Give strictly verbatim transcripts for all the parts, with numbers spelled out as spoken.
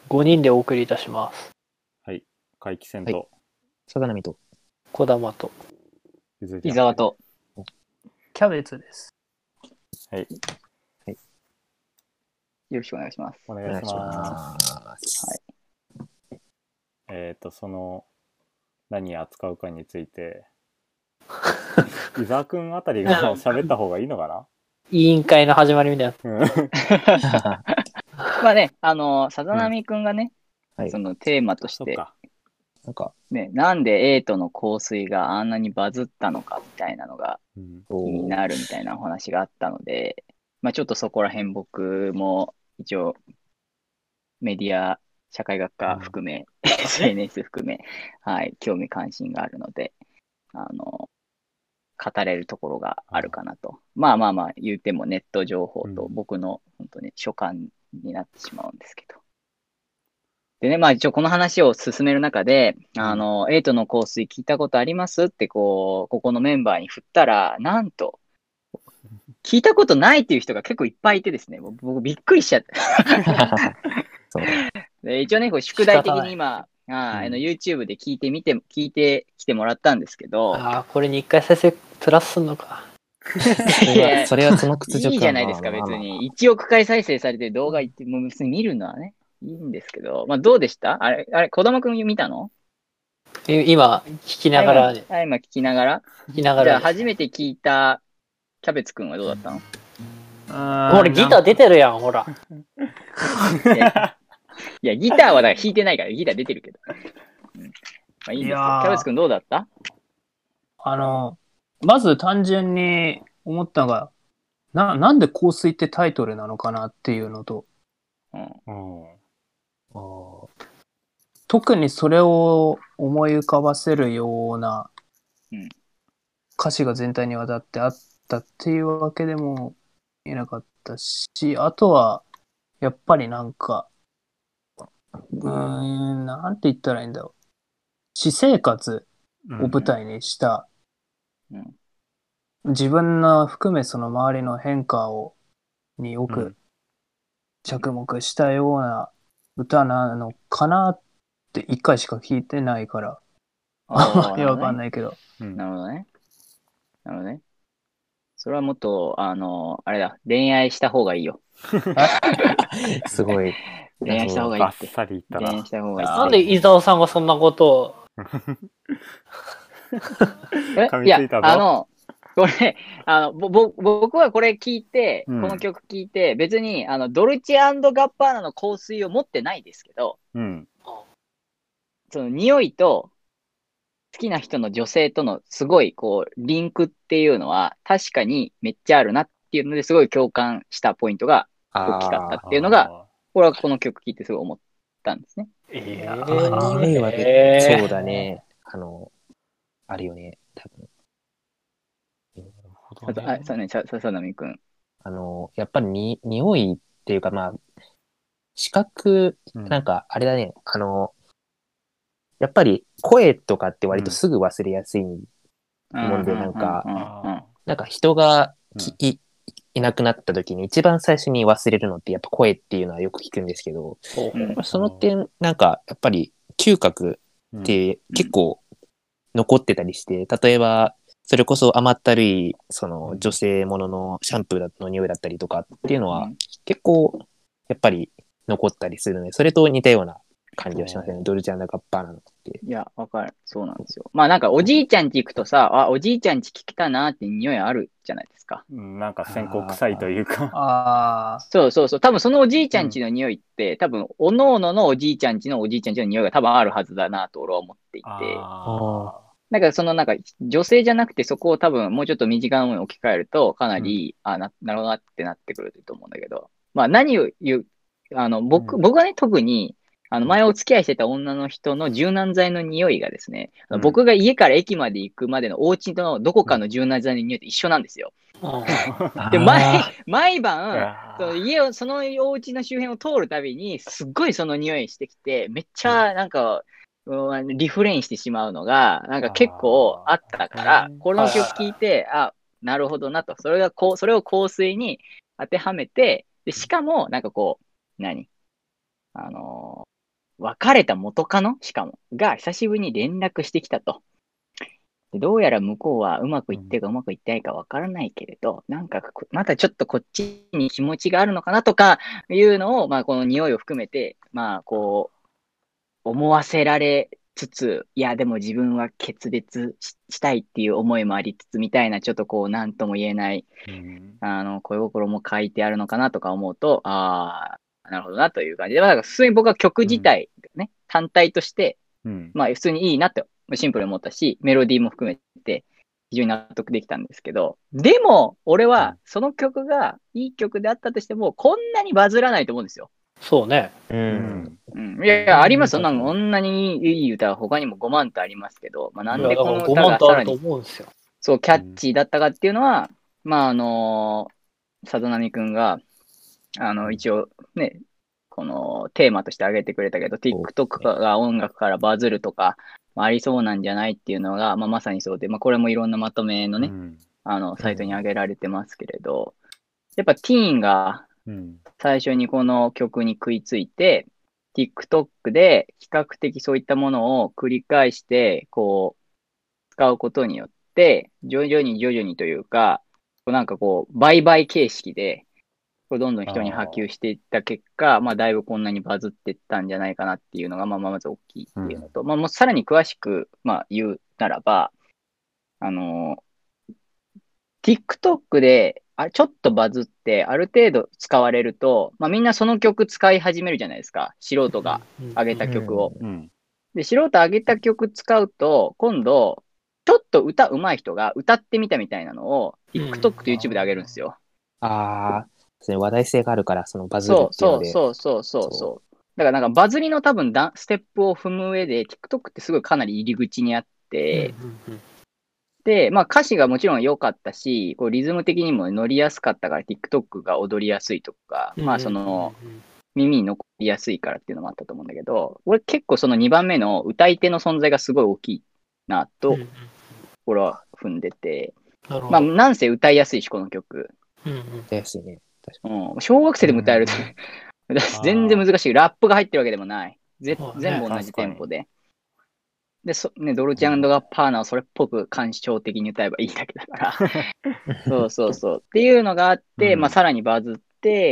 ごにんでお送りいたします。 はい。怪奇戦と、 はい、さざなみと、 こだまと、 伊沢と、 キャベツです。 はい。 はい。よろしくお願いします。 お願いします。 はい。 えっと、その、何扱うかについて、伊沢くんあたりが喋った方がいいのかな委員会の始まりみたいな。 まあね、あの、さざなみくんがね、 うん、 そのテーマとして、 なんか、 ね、なんでエイトの香水があんなにバズったのかみたいなのが気になるみたいなお話があったので、まあちょっとそこら辺僕も一応メディア、社会学科含め、うん、エスエヌエス 含め、はい、興味関心があるので、あの、語れるところがあるかなと。まあまあまあ言ってもネット情報と僕の本当に所感になってしまうんですけど。でね、まあ一応この話を進める中で、あの、エイトの香水聞いたことありますってこう、ここのメンバーに振ったら、なんと、聞いたことないっていう人が結構いっぱいいてですね、僕びっくりしちゃった。そうで一応ね、こう宿題的に今、ああの YouTube で聞いてみて、聞いてきてもらったんですけど。 ああ、これに一回再生プラスすんのか。 いや、それはその屈辱いいじゃないですか、別に。いちおくかい再生されてる動画言って、もう別に見るのはね、いいんですけど、まあどうでしたあれ、あれ、児玉くん見たの今、聞きながら、 ね。あ、今聞きながら聞きながら。 じゃあ初めて聞いたキャベツくんはどうだったの？ あ俺ギター出てるやん、ほら。 いや、いやギターはだから弾いてないから、ギター出てるけど。うん、まあいいんですよ。キャベツくんどうだった？ あの、まず単純に思ったのが、な、なんで香水ってタイトルなのかなっていうのと、うんうん、特にそれを思い浮かばせるような歌詞が全体にわたってあったっていうわけでもいなかったし、あとはやっぱりなんかうーんなんて言ったらいいんだろう、私生活を舞台にした、うんうん自分の含めその周りの変化をによく着目したような歌なのかなって一回しか聞いてないからあんまりわかんないけど。 なるほどね。なるほどね。それはもっとあのあれだ、恋愛した方がいいよ。 すごい恋愛した方がいいって。 恋愛した方がいい。 なんで伊沢さんがそんなことをえいやあの。これ、あの、ぼ、ぼ、僕はこれ聞いて、 うん、 この曲聞いて、別に、あの、ドルチェ&ガッパーナの香水を持ってないですけど、 うん、 その匂いと、好きな人の女性とのすごい、こう、リンクっていうのは、確かにめっちゃあるなっていうのですごい共感したポイントが大きかったっていうのが、これはこの曲聞いてすごい思ったんですね。 えー、あ匂いは、えー、そうだね。あの、あるよね、多分。 あと、あ、そうね、さ、ささなみくん。 あの、やっぱりに、匂いっていうか、まあ、視覚、なんか、あれだね、うん、あの、やっぱり声とかって割とすぐ忘れやすいもんで、なんか、なんか人がき、うん、い、いなくなった時に一番最初に忘れるのってやっぱ声っていうのはよく聞くんですけど、うん、その点、なんか、やっぱり嗅覚って結構残ってたりして、例えば、それこそ甘ったるい、その女性もののシャンプーの匂いだったりとかっていうのは、結構、やっぱり残ったりするので、それと似たような感じはしますね。ドルチェ&ガッパーナのって。 いや、わかる。そうなんですよ。まあなんかおじいちゃんち行くとさ、あ、おじいちゃんち聞けたなって匂いあるじゃないですか。 うん、なんか線香臭いというか。 ああ。そうそうそう。多分そのおじいちゃんちの匂いって、うん、多分、おのおののおじいちゃんちのおじいちゃんちの匂いが多分あるはずだなと俺は思っていて。あなんかそのなんか女性じゃなくてそこを多分もうちょっと身近なものに置き換えるとかなり、うん、あな、なるほどなってなってくると思うんだけど。まあ何を言う、あの、僕、うん、僕はね、特に、あの、前お付き合いしてた女の人の柔軟剤の匂いがですね、うん、僕が家から駅まで行くまでのお家のどこかの柔軟剤の匂いと一緒なんですよ。うん、で、毎、毎晩、その家を、そのお家の周辺を通るたびに、すっごいその匂いしてきて、めっちゃ、なんか、うん、リフレインしてしまうのが、なんか結構あったから、この曲聴いて、あ、なるほどなと。それがこう、それを香水に当てはめて、で、しかも、なんかこう、何あの別れた元カノしかも、が久しぶりに連絡してきたと。でどうやら向こうはうまくいってるかうまくいってないかわからないけれど、なんかまだちょっとこっちに気持ちがあるのかなとかいうのを、まあこの匂いを含めて、まあこう、思わせられつつ、いやでも自分は決別 し, したいっていう思いもありつつみたいな、ちょっとこうなんとも言えない、うん、あの恋心も書いてあるのかなとか思うと、ああ、なるほどなという感じで、まあ、だから普通に僕は曲自体がね、うん、単体として、うん、まあ普通にいいなってシンプルに思ったし、メロディーも含めて非常に納得できたんですけど、でも俺はその曲がいい曲であったとしても、こんなにバズらないと思うんですよ。 そうね。 うん。 うん、いやいや、ありますよ。なんか、こんなにいい歌は他にもごまんとありますけど、まあ、なんでこの歌がさらに、そう、キャッチーだったかっていうのは、うん、まあ、あのー、さざなみくんが、あの、一応ね、このテーマとして挙げてくれたけど、TikTok が音楽からバズるとか、まあ、ありそうなんじゃないっていうのが、まあ、まさにそうで、まあ、これもいろんなまとめのね、うん、あの、サイトに挙げられてますけれど、やっぱティーンが、最初にこの曲に食いついて、TikTok で比較的そういったものを繰り返して、こう、使うことによって、徐々に徐々にというか、なんかこう、売買形式で、どんどん人に波及していった結果、まあ、だいぶこんなにバズっていったんじゃないかなっていうのが、まあ、まず大きいっていうのと、うん、まあ、もうさらに詳しく、まあ、言うならば、あの、TikTok で、あちょっとバズって、ある程度使われると、まあ、みんなその曲使い始めるじゃないですか。素人が上げた曲を。うんうん、で、素人上げた曲使うと、今度、ちょっと歌上手い人が歌ってみたみたいなのを、TikTok と YouTube で上げるんですよ。 うん、ああ、それ話題性があるから、そのバズるっていうので。 そうそうそうそうそう。だからなんかバズりの多分ステップを踏む上で、TikTok ってすごいかなり入り口にあって、うんうんうん、で、まあ歌詞がもちろん良かったし、こうリズム的にも乗りやすかったから TikTok が踊りやすいとか、まあその耳に残りやすいからっていうのもあったと思うんだけど、俺結構そのにばんめの歌い手の存在がすごい大きいなと、俺は踏んでて、まあなんせ歌いやすいし、この曲。 うんうん、歌いやすいね。 うん、小学生でも歌えると、うん、全然難しい。ラップが入ってるわけでもない。ぜ全部同じテンポで。で、そね、ドルチェ&ガッパーナをそれっぽく感情的に歌えばいいだけだから。そうそうそう。っていうのがあって、うん、まあさらにバズって、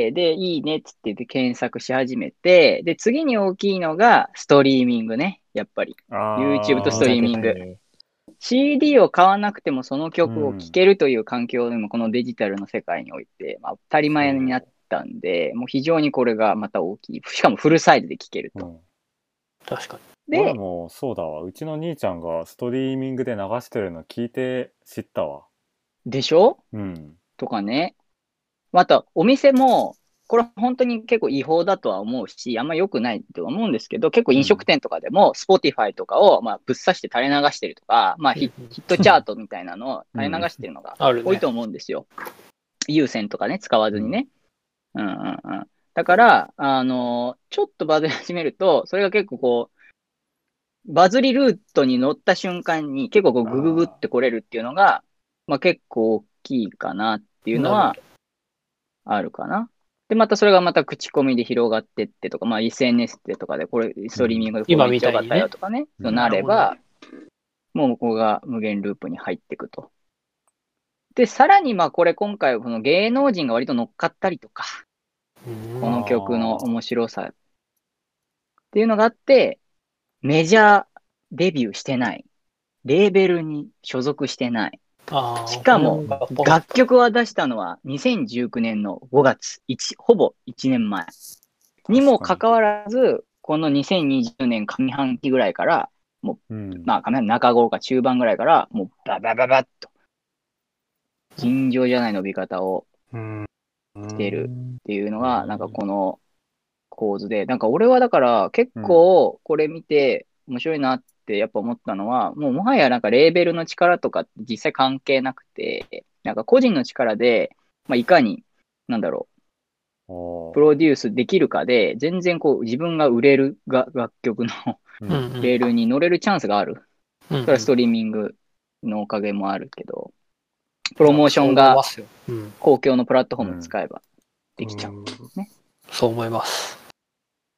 で、いいねっつって言って検索し始めて、で、次に大きいのがストリーミングね。やっぱり。YouTube とストリーミング。シーディー を買わなくてもその曲を聴けるという環境でもこのデジタルの世界において、まあ、当たり前になったんで、もう非常にこれがまた大きい。しかもフルサイズで聴けると。うん、 確かに。 で、俺もそうだわ。うちの兄ちゃんがストリーミングで流してるの聞いて知ったわ。 でしょ？ うん。 とかね。また、お店も、これ本当に結構違法だとは思うし、あんま良くないとは思うんですけど、結構飲食店とかでも、Spotify とかをまあぶっ刺して垂れ流してるとか、まあヒットチャートみたいなのを垂れ流してるのが多いと思うんですよ。有線とかね、使わずにね。うんうんうん。だから、あの、ちょっとバズり始めると、それが結構こう、バズりルートに乗った瞬間に結構こうグググってこれるっていうのが、まあ結構大きいかなっていうのはあるかな。で、またそれがまた口コミで広がってってとか、まあ エスエヌエス でとかで、これ、ストリーミングでこれめっちゃ良かったよとかね、となれば、もうここが無限ループに入っていくと。で、さらにまあこれ今回この芸能人が割と乗っかったりとか、この曲の面白さっていうのがあって、メジャーデビューしてない。レーベルに所属してない。しかも、楽曲は出したのはにせんじゅうきゅうねんのごがつ、ほぼいちねんまえにもかかわらず、このにせんにじゅうねん上半期ぐらいから、もう、うん、まあ、上半期中頃か中盤ぐらいから、もうババババッと、尋常じゃない伸び方をしてるっていうのが、なんかこの構図で、なんか俺はだから結構これ見て面白いなってやっぱ思ったのは、もうもはやなんかレーベルの力とかって実際関係なくて、なんか個人の力で、まあ、いかに、なんだろう、プロデュースできるかで、全然こう自分が売れるが楽曲のレールに乗れるチャンスがある。それはストリーミングのおかげもあるけど、プロモーションが公共のプラットフォーム使えばできちゃうね。 そう思います。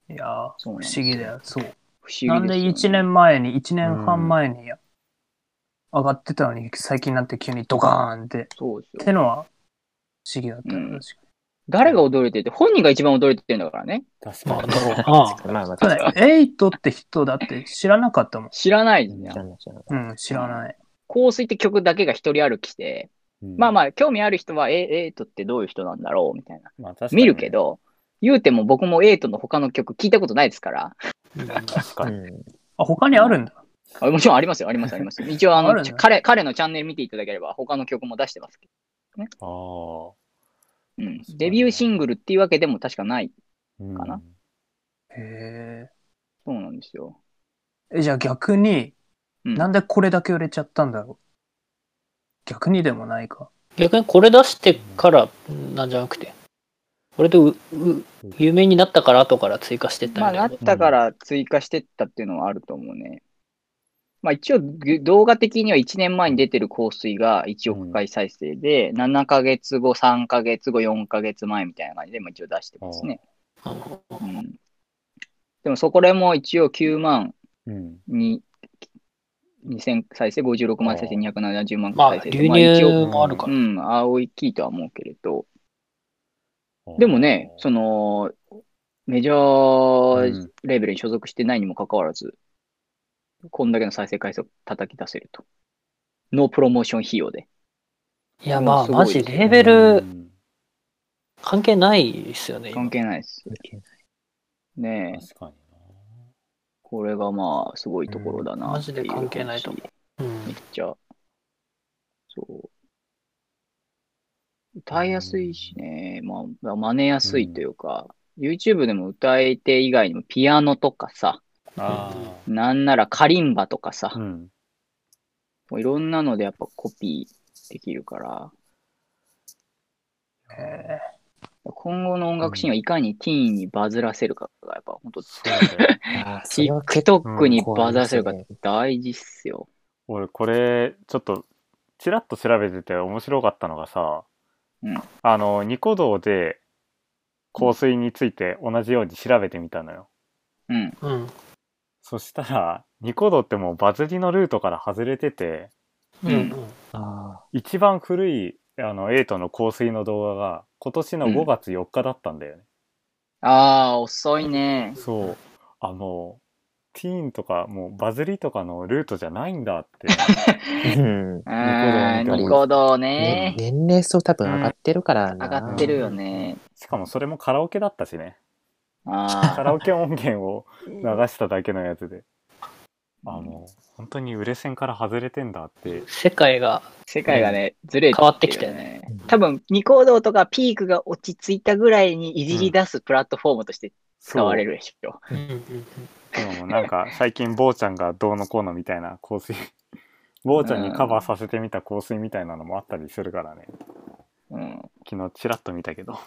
いやー、不思そうなんですよ議だよ。そう。 不思議ですよね。 なんでいちねんまえに、いちねんはん前に上がってたのに、最近になって急にドカーンって、っそうですよ。 てのは不思議だったうんな、確か誰が驚いてて、本人が一番驚いてるんだからね。 まあ、 確かに。 だろうな。 まあまあ、 に。そうね、エイトって人だって知らなかったもん。 知らないじゃん。 知らない知らない。 うん、知らない。 香水って曲だけが一人歩きして、 うんまあまあ、興味ある人は、え、エイトってどういう人なんだろうみたいな。 まあ確かにね見るけ。ど、言うても僕もエイトの他の曲聞いたことないですから。 確かに。 うん。 あ、他にあるんだ。 あもちろんありますよ、あります、あります。一応、あの、 あるんだ彼、彼のチャンネル見ていただければ他の曲も出してますけああ。 ど。うん。デビューシングルっていうわけでも確かない。 うんかなへそうなんですよ。 え。え、じゃあ逆に、 うん。 なんでこれだけ売れちゃったんだろう。逆にでもないか。 逆にこれ出してからなんじゃなくて、これでうう有名になったから後から追加してったまあ、 みたな。 ないったから追加してったっていうのはあると思うね。まあ一応、ぐ動画的にはいちねんまえに出てる香水がいちおく回再生で、ななかげつご、さんかげつご、よんかげつまえみたいな感じで、まあ一応出してますね。うん。でもそこでも一応きゅうまんうん。 に、にせん再生、ごじゅうろくまん再生、にひゃくななじゅうまんまあ再生で。 流まあ一応、 入もあるから。 うん、青いキーとは思うけれど。でもね、その、メジャーレベルに所属してないにもかかわらず、こんだけの再生回数を叩き出せると。ノープロモーション費用で。 いやまあすごマいですよジレベルうん関係ないですよね。今関係ないです。ねえ、 確かにこれがまあ、すごいところだなマっていう話。 ジで関係ないと思う。うんめっちゃ、そう。歌いやすいしね、まあ、真似やすいというか、YouTube でも歌い手以外にもピアノとかさ、 な。あなんならカリンバとかさ、 あ。うん。 もういろんなのでやっぱコピーできるから、 へ今後の音楽シーンはいかにティーンにバズらせるかがやっぱ本当、 そうだよ。 ああ、それは結 TikTok にバズらせるか構大事っすよ。 俺これちょっとちらっと調べてて面白かったのがさ、 うんあのニコ動で香水について同じように調べてみたのよ。 うん。 うんそしたらニコ動ってもうバズりのルートから外れてて、 うんうんあ一番古いあのエイトの香水の動画が今年のごがつよっかだったんだよね。 ああ、遅いね。 そうあもうティーンとかもうバズりとかのルートじゃないんだってあ。うん。 ああ、 ニコ動見てもニコ動ねね。 年齢層多分上がってるからな。 上がってるよね。 しかもそれもカラオケだったしね。 あカラオケ音源を流しただけのやつで、あの本当に売れ線から外れてんだって。 世界が世界がね、ずれてるよね変わってきたよね。 多分、ニコ動とかピークが落ち着いたぐらいにいじり出すプラットフォームとして使われるでしょ。 うんうんうんでもなんか最近坊ちゃんがどうのこうのみたいな香水坊ちゃんにカバーさせてみた香水みたいなのもあったりするからね。 うん。 昨日ちらっと見たけど、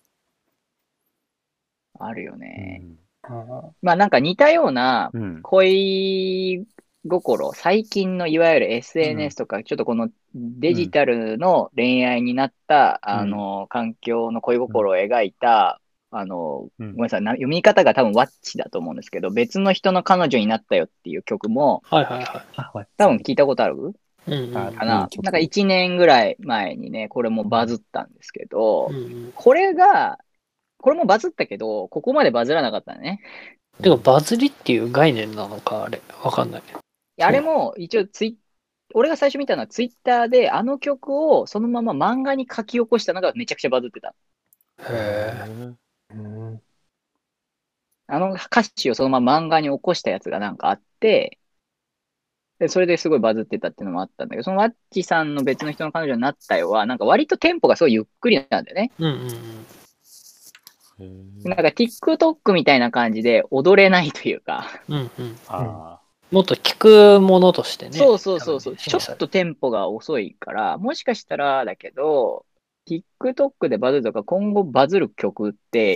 あるよね。 ーまあなんか似たようなうんうん恋心、最近のいわゆる エスエヌエス とか、ちょっとこのデジタルの恋愛になった、あの、環境の恋心を描いた、あの、 うんごめんなさい、な読み方が多分ワッチだと思うんですけど、別の人の彼女になったよっていう曲も、 はいはいはあ、 多分聞いたことあるい。うんうんあかな、 いい曲なんかいちねんぐらい前にね、これもバズったんですけど、 うんうんこれが、これもバズったけど、ここまでバズらなかったね。 てかバズりっていう概念なのかあれわかんない。 あれも一応ツイ俺が最初見たのはツイッターであの曲をそのまま漫画に書き起こしたのがめちゃくちゃバズってた。 へえ。 うんあの歌詞をそのまま漫画に起こしたやつがなんかあって、でそれですごいバズってたっていうのもあったんだけど、そのワッチさんの別の人の彼女になったよは、なんか割とテンポがすごいゆっくりなんだよね。 うんうんうん。 へーなんか TikTok みたいな感じで踊れないというか、 うんうん。 あもっと聞くものとしてね。 そうそうそうそう、ちょ多分ねっとテンポが遅いから、もしかしたらだけど、TikTok でバズるとか今後バズる曲って、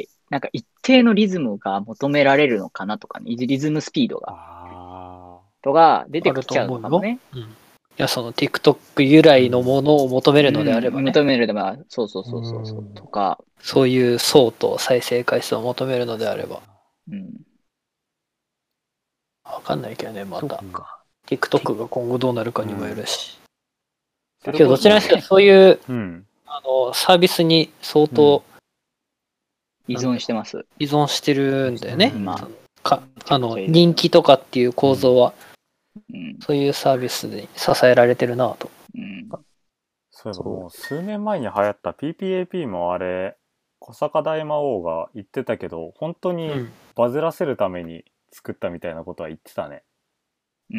なんか一定のリズムが求められるのかなとかね、リズムスピードあが、 あとか出てきちゃうのかもね。 うん。いや、その TikTok 由来のものを求めるのであればね。 うん求めるのは、そうそうそうそうそううんとか、 そういう層と再生回数を求めるのであれば。 うん。 わかんないけどね、また。 そっか。 TikTok が今後どうなるかにもよるし。 うん、 けど、どちらにせよそういう、 うん、 あのサービスに相当、 うん、依存してます。 依存してるんだよね。 うん、まあ、 かあの人気とかっていう構造は、 うん、 そういうサービスに支えられてるなと。 うん、 そういえばもう数年前に流行った ピーピーエーピー もあれ、小坂大魔王が言ってたけど、本当にバズらせるために作ったみたいなことは言ってたね。 うん、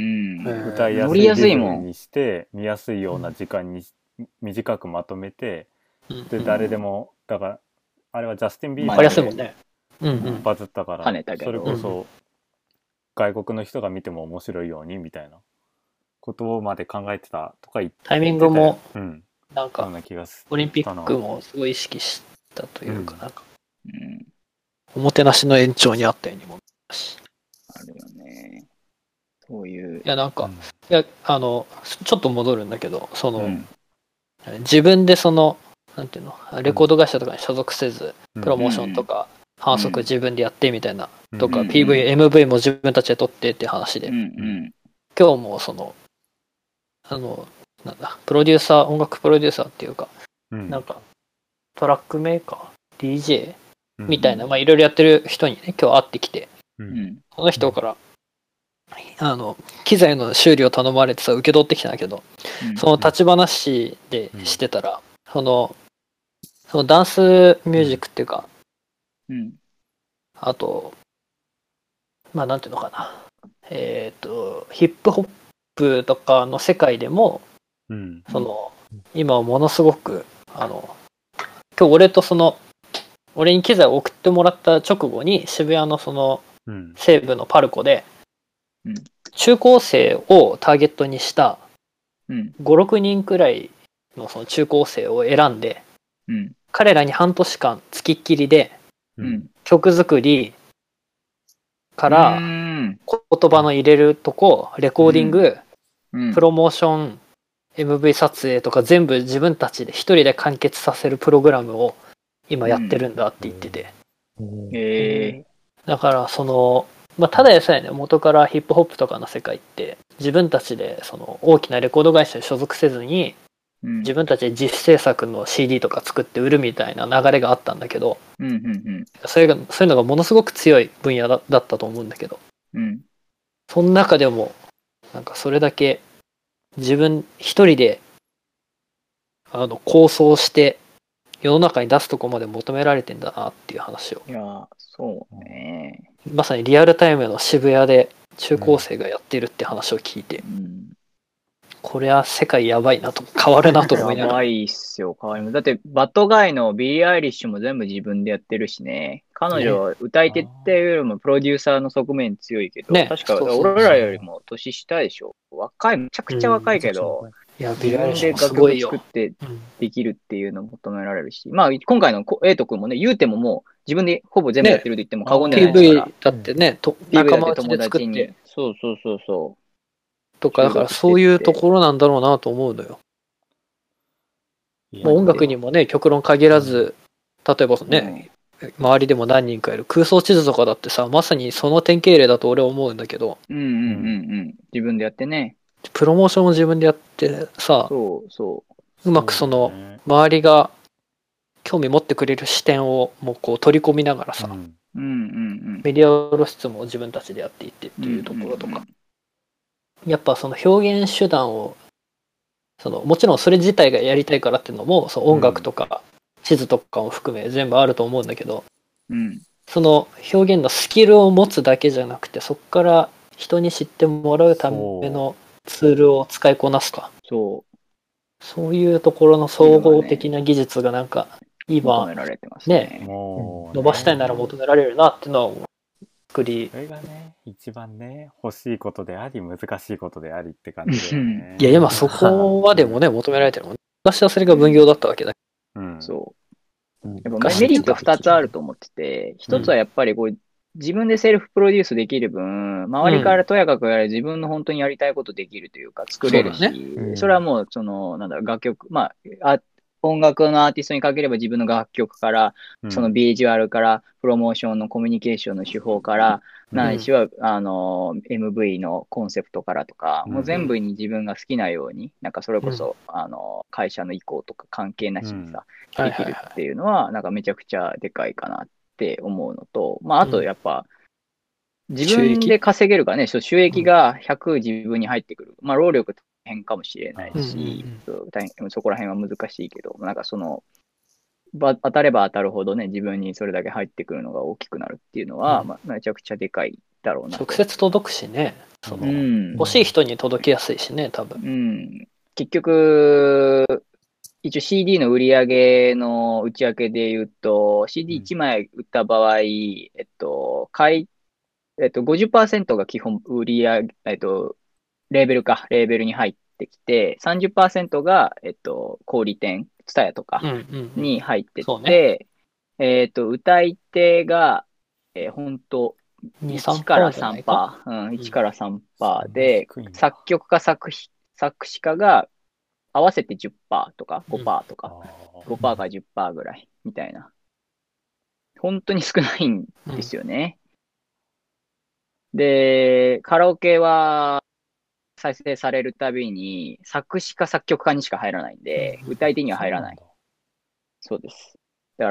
歌いやすいリズムにして見やすいような時間に短くまとめて、うん、で誰でもだからあれはジャスティン・ビーバーでバズったから、それこそ外国の人が見ても面白いようにみたいなことまで考えてたとか言ってた。 タイミングもなんかオリンピックもすごい意識したというか、なんかおもてなしの延長にあったようにもあるよね。そういう。 いや、なんか、うん、いや、あの、ちょっと戻るんだけど、その、うん、自分でその、なんていうの、レコード会社とかに所属せず、うん、プロモーションとか、反則自分でやってみたいな、うん、とか、うん、ピーブイ、エムブイ も自分たちで撮ってっていう話で、うん、今日もその、あの、なんだ、プロデューサー、音楽プロデューサーっていうか、うん、なんか、トラックメーカー、ディージェー みたいな、まあ、いろいろやってる人にね、今日会ってきて、うん、その人から、あの機材の修理を頼まれてさ受け取ってきたんだけど、うん、その立ち話でしてたら、うん、そのそのダンスミュージックっていうか、うん、あとまあなんていうのかなえっ、ー、とヒップホップとかの世界でも、うん、その今ものすごくあの今日俺とその俺に機材を送ってもらった直後に渋谷のその西部のパルコで、うん、中高生をターゲットにしたご、ろくにんくらいのその中高生を選んで、うん、彼らに半年間つきっきりで、うん、曲作りから言葉の入れるとこ、レコーディング、うん、プロモーション、エムブイ 撮影とか全部自分たちで一人で完結させるプログラムを今やってるんだって言ってて、うんえー、だからそのまあ、ただでさえね元からヒップホップとかの世界って自分たちでその大きなレコード会社に所属せずに、うん、自分たちで自主制作の シーディー とか作って売るみたいな流れがあったんだけど、うんうんうん、それがそういうのがものすごく強い分野 だ, だったと思うんだけど、うん、その中でもなんかそれだけ自分一人であの構想して世の中に出すとこまで求められてんだなっていう話を。 いやそうね。 まさにリアルタイムの渋谷で中高生がやってるって話を聞いて、うん、これは世界やばいなと変わるなと思いながら。 やばいっすよ、変わります。だってバッドガイのビリー・アイリッシュも全部自分でやってるしね。彼女は歌い手っていうよりもプロデューサーの側面強いけど、ね、確か俺らよりも年下でしょ。若い、めちゃくちゃ若いけど、うんいや自分で楽曲作ってできるっていうのを求められるし、うん、まあ今回のエイト君もね、言うてももう自分でほぼ全部やってると言っても過言ではないですから。 ね、ピーブイ だってね、と仲間内で作って。 そうそうそうそう。 とか、だからそういうところなんだろうなと思うのよ。もう音楽にもね、極論限らず、例えばね、うん、周りでも何人かいる空想地図とかだってさ、まさにその典型例だと俺は思うんだけど。 うんうんうんうん。自分でやってね。 プロモーションも自分でやってさ、 そうそう。 うまくその周りが興味持ってくれる視点をもうこう取り込みながらさ、うんうんうん、メディア露出も自分たちでやっていってっていうところとか、うんうんうん、やっぱその表現手段をそのもちろんそれ自体がやりたいからっていうのもその音楽とか地図とかも含め全部あると思うんだけど、うん、その表現のスキルを持つだけじゃなくてそこから人に知ってもらうためのツールを使いこなすか。 そう。 そういうところの総合的な技術がなんか今、 求められてますね。 ね、伸ばしたいなら求められるなっていうのは作り。 それがね、一番ね、欲しいことであり、難しいことでありって感じで、ね。 いや、今そこまでもね、求められてるもん。私はそれが分業だったわけだ。 うん、そう。やっぱメリットふたつあると思ってて、ひとつはやっぱりこう、自分でセルフプロデュースできる分、周りからとやかくやれ自分の本当にやりたいことできるというか、作れるし、そ,、ねうん、それはもう、その、なんだろう、楽曲、まあ、あ音楽のアーティストにかければ自分の楽曲から、うん、そのビジュアルから、プロモーションのコミュニケーションの手法から、うん、ないしは、あの、エムブイ のコンセプトからとか、うん、もう全部に自分が好きなように、なんかそれこそ、うん、あの、会社の意向とか関係なしにさ、うん、できるっていうのは、なんかめちゃくちゃでかいかなって思うのと、まあ、あとやっぱ、自分で稼げるからね、収益がひゃく自分に入ってくる。まあ、労力大変かもしれないし、うんうんうん、そこら辺は難しいけど、なんかその、当たれば当たるほどね、自分にそれだけ入ってくるのが大きくなるっていうのは、うん、まあ、めちゃくちゃでかいだろうな。 直接届くしね、その、うん、欲しい人に届きやすいしね、多分。 うん、結局、一応 シーディー の売り上げの内訳で言うと、シーディーいち 枚売った場合、うん、えっと、買いえっと、ごじゅっパーセントが基本売り上げ、えっと、レーベルか、レーベルに入ってきて、さんじゅっパーセントが、えっと、小売店、ツタヤとかに入ってて、うんうんうんね、えっと、歌い手が、えー、ほんと、いちからさんパーセント、うん、いちからさんパーセントで、うん、作曲家作、作詞家が合わせて じゅっパーセント とか ごパーセント とか、うん、ごパーセント から じゅっパーセント ぐらい、みたいな。本当に少ないんですよね。うんで、カラオケは再生されるたびに作詞家作曲家にしか入らないんで、うん、歌い手には入らない。そうです。だから、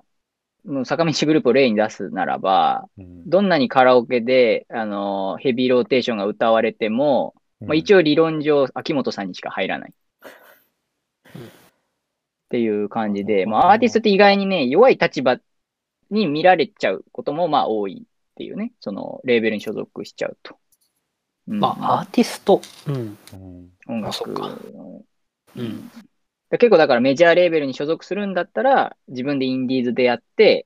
もう坂道グループを例に出すならば、うん、どんなにカラオケで、あの、ヘビーローテーションが歌われても、うん、まあ、一応理論上、秋元さんにしか入らない。うん、っていう感じで、まあ、アーティストって意外にね、弱い立場に見られちゃうこともまあ多いっていうね、そのレーベルに所属しちゃうと。 うん、まあ、アーティスト。うん。 音楽の。うん。結構だからメジャーレーベルに所属するんだったら、自分でインディーズでやって、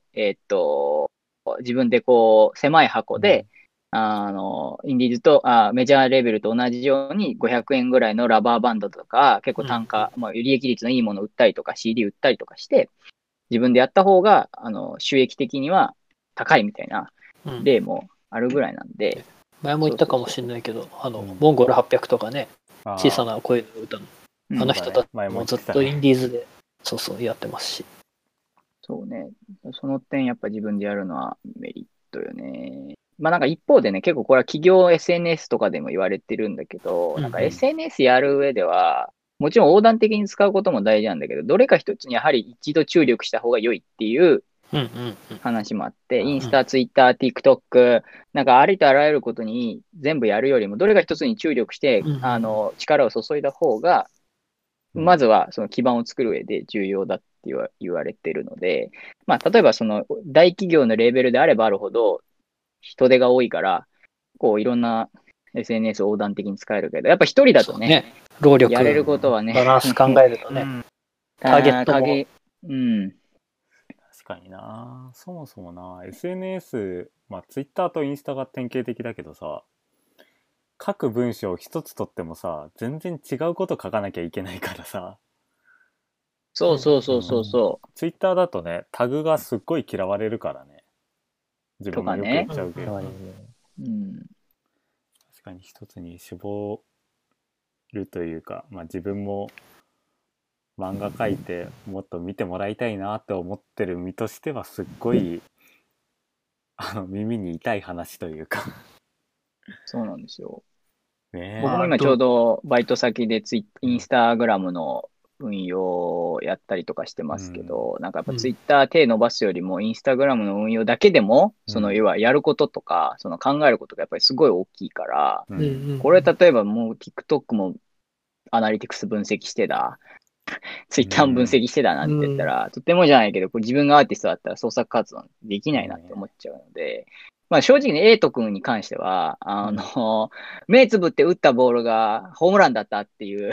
えー、っと、自分でこう、狭い箱で、うん、あの、インディーズとあ、メジャーレーベルと同じようにごひゃくえんぐらいのラバーバンドとか、結構単価、うん、まあ、利益率のいいものを売ったりとか、シーディー 売ったりとかして、自分でやった方が、あの、収益的には高いみたいな例もあるぐらいなんで、 うん前も言ったかもしれないけど、あの、うん、モンゴルはっぴゃくとかね、小さな声の歌の、あの人たちもずっとインディーズで、そうそうやってますし。 そうね。その点やっぱ自分でやるのはメリットよね。まあなんか一方でね、結構これは企業 エスエヌエス とかでも言われてるんだけど、うんうん、なんか エスエヌエス やる上では、もちろん横断的に使うことも大事なんだけど、どれか一つにやはり一度注力した方が良いっていう話もあって、インスタ、ツイッター、TikTok、なんかありとあらゆることに全部やるよりも、どれか一つに注力して、あの、力を注いだ方が、まずはその基盤を作る上で重要だって言わ言われてるので、まあ、例えばその大企業のレーベルであればあるほど、人手が多いから、こういろんな エスエヌエス を横断的に使えるけど、やっぱ一人だとね、ね労力やれることはね、 バランス考えるとね、うん、ターゲットも、 うん、 確かにな。そもそもな エスエヌエス、まあ Twitter とインスタが典型的だけどさ、書く文章を一つとってもさ、全然違うこと書かなきゃいけないからさ。 そうそうそうそうそう。 ツイッターだとね、タグがすっごい嫌われるからね。自分もよく言っちゃうけど。ねうん、確かに一つに絞るというか、まあ自分も漫画描いてもっと見てもらいたいなって思ってる身としてはすっごいあの耳に痛い話というかそうなんですよ。ね、僕も今ちょうどバイト先でツイインスタグラムの運用をやったりとかしてますけど、うん、なんかやっぱツイッター手伸ばすよりもインスタグラムの運用だけでも、うん、その要はやることとか、その考えることがやっぱりすごい大きいから、うん、これ例えばもう TikTok もアナリティクス分析してだ、ツイッターも分析してだなんて言ったら、うん、とてもじゃないけど、これ自分がアーティストだったら創作活動できないなって思っちゃうので、まあ正直にエイト君に関しては、あの、うん、目つぶって打ったボールがホームランだったっていう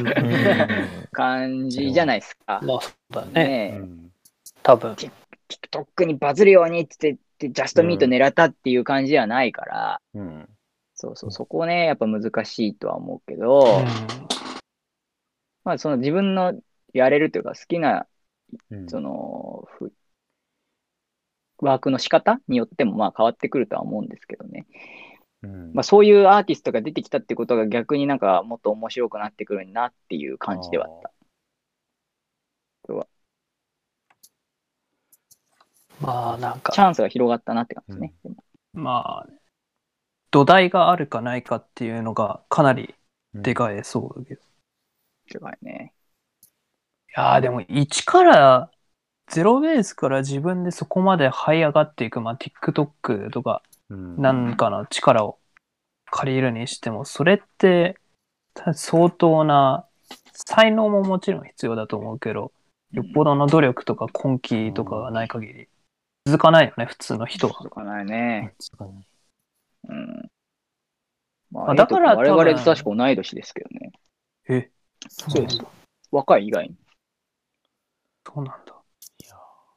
感じじゃないですか。 まあそうだね。 ねうん、多分。 TikTok にバズるようにって言って、ジャストミート狙ったっていう感じではないから、うん、そうそう、そこね、やっぱ難しいとは思うけど、うん、まあその自分のやれるというか好きな、その、うんワークの仕方によってもまあ変わってくるとは思うんですけどね。うんまあ、そういうアーティストが出てきたってことが逆になんかもっと面白くなってくるなっていう感じではあった。 まあなんか。 チャンスが広がったなって感じですね。 うん、まあ、土台があるかないかっていうのがかなりでかいそうだけど。 でかいね。 いやーでもいちからゼロベースから自分でそこまで這い上がっていく、まあ TikTok とかなんかの力を借りるにしても、それって相当な才能ももちろん必要だと思うけど、よっぽどの努力とか根気とかがない限り続かないよね、普通の人は。 続かないね。 続かない。 うん。まあ、だから我々と確か同い年ですけどね。 え、 そうです。若い以外に。 そうなんだ。いや。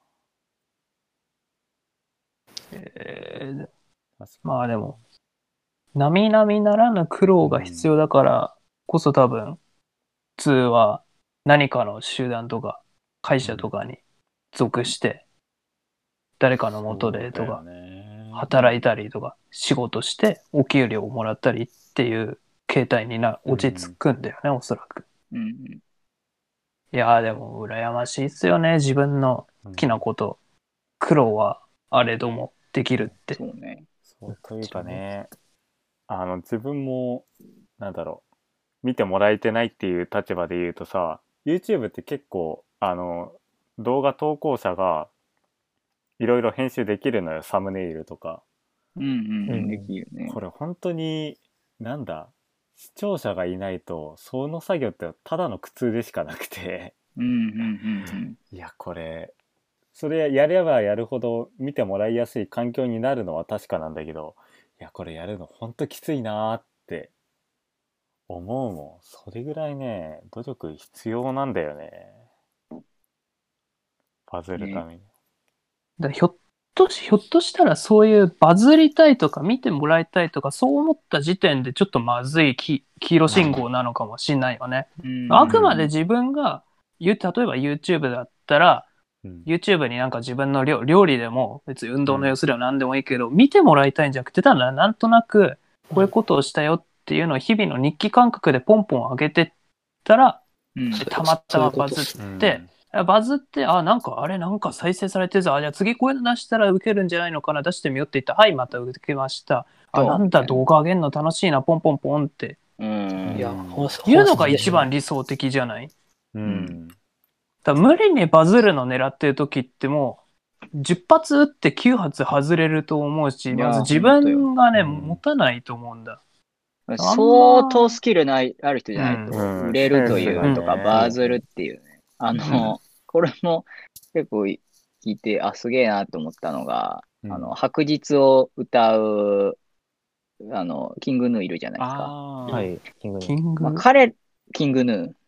えー、まあでも、並々ならぬ苦労が必要だからこそ多分、普通は何かの集団とか会社とかに属して、誰かの元でとか、働いたりとか、仕事してお給料をもらったりっていう形態にな落ち着くんだよね、おそらく。 うんうん、 いやーでも羨ましいっすよね、自分の好きなこと、苦労はあれどもできるって。 そうね。 そうというかね、あの自分もなんだろう、見てもらえてないっていう立場で言うとさ、 YouTube って結構あの動画投稿者がいろいろ編集できるのよ、サムネイルとか。 うんうんうん、できるね。 これ本当になんだ、視聴者がいないとその作業ってただの苦痛でしかなくてうんうんうんうん、 いやこれそれやればやるほど見てもらいやすい環境になるのは確かなんだけど、いやこれやるのほんときついなーって思うもん。それぐらいね、努力必要なんだよね、バズるために。 ね、だひょっとし、ひょっとしたらそういうバズりたいとか見てもらいたいとかそう思った時点でちょっとまずい黄色信号なのかもしれないよね。うん、あくまで自分が、例えば YouTube だったら、うん、YouTube になんか自分の料料理でも別に運動の様子では何でもいいけど、うん、見てもらいたいんじゃなくて、ただなんとなくこういうことをしたよっていうのを日々の日記感覚でポンポン上げてったら、うん、たまたまバズって、うん、バズって、あ、なんかあれなんか再生されてるぞ、あ、じゃあ次こういうの出したら受けるんじゃないのかな、出してみようって言った、はい、また受けました。あ、なんだ動画上げるの楽しいな、ポンポンポンって。うん、いや、いうのが一番理想的じゃない？うん。だ無理にバズるの狙ってる時ってもうじゅっ発撃ってきゅう発外れると思うし、まず自分がね、持たないと思うんだ。 相当スキルないある人じゃないと売れるというとか、バズるっていうね。あの、うん、これも結構聞いて、あ、すげえなと思ったのが、うん、あの、白日を歌う、あの、キングヌーいるじゃないですか。 はい、 キングヌー。 まあ、彼、キングヌー。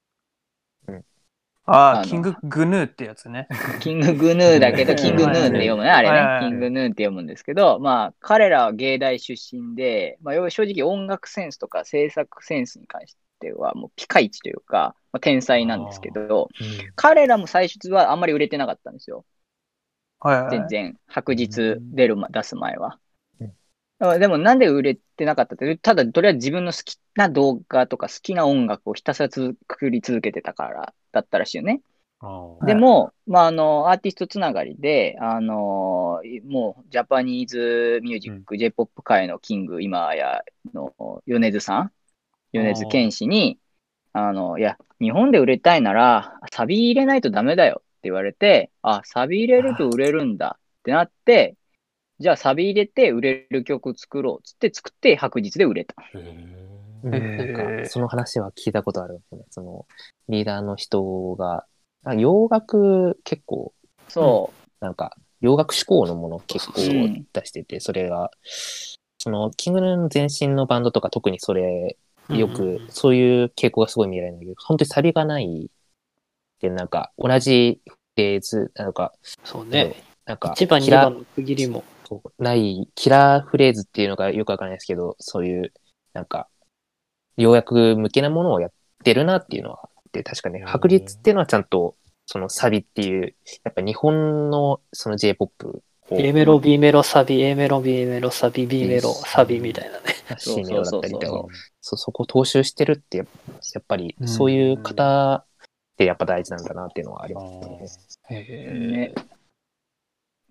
ああ、キンググヌーってやつね。 キンググヌーだけど、キングヌーって読むね、あれね。キングヌーって読むんですけど、まあ、彼らは芸大出身で、まあ、正直音楽センスとか制作センスに関しては、もうピカイチというか、まあ、天才なんですけど、うん、彼らも最初はあんまり売れてなかったんですよ。 はいはい、 全然、白日出る、出す前は。うん、でもなんで売れてなかったって、ただとりあえず自分の好きな動画とか好きな音楽をひたすら作り続けてたからだったらしいよね。でも、まあ、あの、アーティストつながりで、あの、もう、ジャパニーズミュージック、うん、J-ポップ 界のキング、今やの、米津さん、米津玄師に、あの、いや、日本で売れたいなら、サビ入れないとダメだよって言われて、あ、サビ入れると売れるんだってなって、じゃあサビ入れて売れる曲作ろうっつって作って白日で売れた。 うん、なんか、その話は聞いたことある。その、リーダーの人が、洋楽結構、 そう。 なんか、洋楽志向のもの結構出してて、うん、それが、その、キングヌーの前身のバンドとか特にそれ、よく、そういう傾向がすごい見られるんだけど、本当にサビがないで、なんか、同じフレーズ、なんか、 そうね。 なんか、 いちばん、にばんの区切りも。 ない、キラーフレーズっていうのがよくわからないですけど、そういう、なんか、洋楽向けなものをやってるなっていうのは、で、確かね、白日っていうのはちゃんと、そのサビっていう、やっぱ日本のその J-ポップ を。 A メロ、B メロ、サビ、A メロ、B メロ、サビ、B メロ、サビみたいなね。 C メロだったりと、そこを踏襲してるって、やっぱりそういう方ってやっぱ大事なんだなっていうのはありますね。 へえ。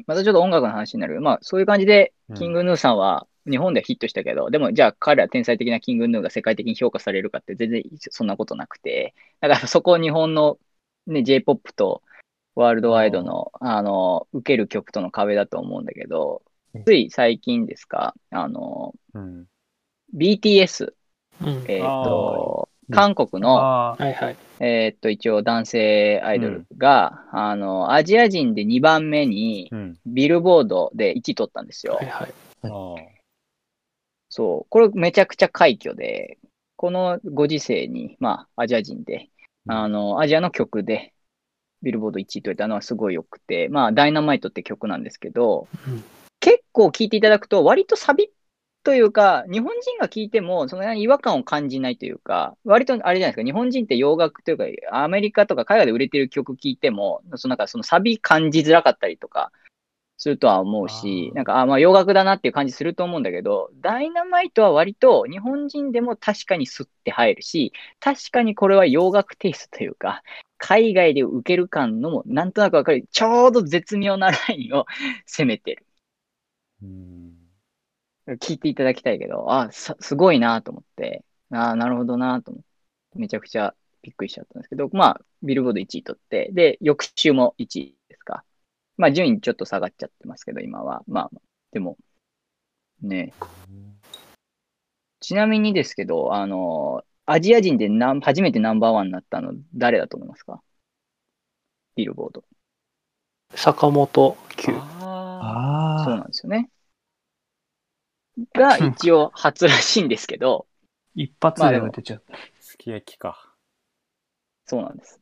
またちょっと音楽の話になる。まあ、そういう感じで、キングヌーさんは日本ではヒットしたけど、うん、でも、じゃあ彼は天才的なキングヌーが世界的に評価されるかって全然そんなことなくて、だからそこを日本の、ね、J-ポップ とワールドワイドの、あの、受ける曲との壁だと思うんだけど、つい最近ですか、あの、うん、ビーティーエス、うん、えっ、ー、と、韓国の、はいはい、えっと、一応男性アイドルが、うん、あの、アジア人でにばんめに、ビルボードでいちい取ったんですよ。はいはい、そう。これめちゃくちゃ快挙で、このご時世に、まあ、アジア人で、あの、アジアの曲で、ビルボードいちい取れたのはすごい良くて、まあ、ダイナマイトって曲なんですけど、うん、結構聴いていただくと、割とサビというか、日本人が聴いても、その違和感を感じないというか、割とあれじゃないですか、日本人って洋楽というか、アメリカとか海外で売れてる曲聴いても、そのなんかそのサビ感じづらかったりとか、するとは思うし、なんか、あ、まあ洋楽だなっていう感じすると思うんだけど、ダイナマイトは割と日本人でも確かにスッて入るし、確かにこれは洋楽テイストというか、海外で受ける感のもなんとなくわかる、ちょうど絶妙なラインを攻めてる。うん聞いていただきたいけど、あ、すごいなと思って、あなるほどなと思って、めちゃくちゃびっくりしちゃったんですけど、まあ、ビルボードいちい取って、で、翌週もいちいですか。まあ、順位ちょっと下がっちゃってますけど、今は。まあ、でも、ね。ちなみにですけど、あの、アジア人でな初めてナンバーワンになったの、誰だと思いますか？ビルボード。 坂本九。 ああ。そうなんですよね。が一応初らしいんですけど。 一発で出ちゃった。 すき焼きか。 そうなんです。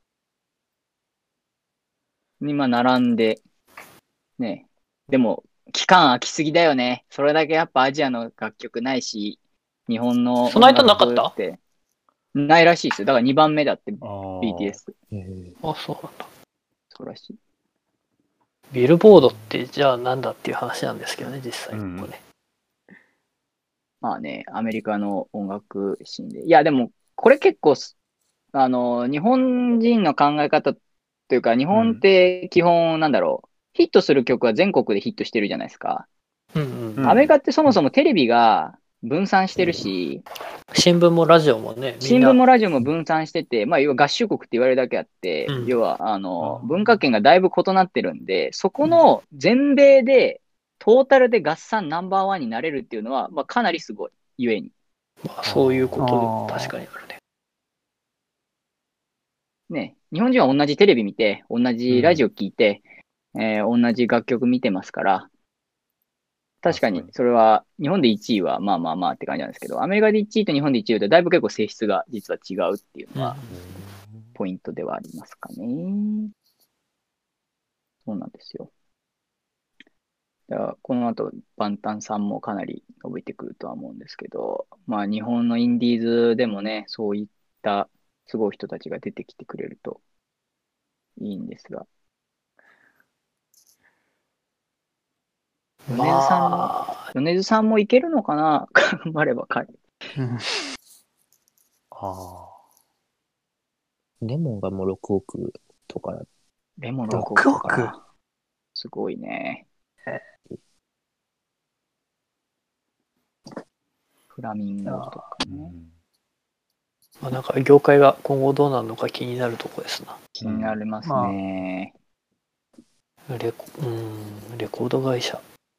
今並んで、ね。でも、期間空きすぎだよね。それだけやっぱアジアの楽曲ないし、日本のその間なかったってないらしいですよ。だからにばんめだって、ビーティーエス。 あ、そうなんだ。 そうらしい。 ビルボードってじゃあなんだっていう話なんですけどね、実際ここね。うんまあね、アメリカの音楽シーンで。いや、でも、これ結構、あの、日本人の考え方というか、日本って基本、なんだろう、ヒットする曲は全国でヒットしてるじゃないですか。うんうん、アメリカってそもそもテレビが分散してるし、 新聞もラジオもね、 新聞もラジオも分散してて、まあ、要は合衆国って言われるだけあって、うん、要は、あの、文化圏がだいぶ異なってるんで、そこの全米で、トータルで合算ナンバーワンになれるっていうのは、まあ、かなりすごい、ゆえに。 まあ、そういうことでも確かにあるね。 ね、日本人は同じテレビ見て、同じラジオ聞いて、うん、えー、同じ楽曲見てますから、確かに、それは、日本でいちいはまあまあまあって感じなんですけど、アメリカでいちいと日本でいちいでだいぶ結構性質が実は違うっていうのは、ポイントではありますかね。そうなんですよ。だからこの後、バンタンさんもかなり伸びてくるとは思うんですけど、まあ日本のインディーズでもね、そういったすごい人たちが出てきてくれるといいんですが。米津さんも、米津さんもいけるのかな頑張ればかい。 ああ。レモンがもうろくおくとかだ。 レモンろくおくとか。すごいね。フラミンゴとかね。 まあ、なんか業界が今後どうなるのか気になるところですな。 気になりますね。 まあ、レコ、うん、レコード会社。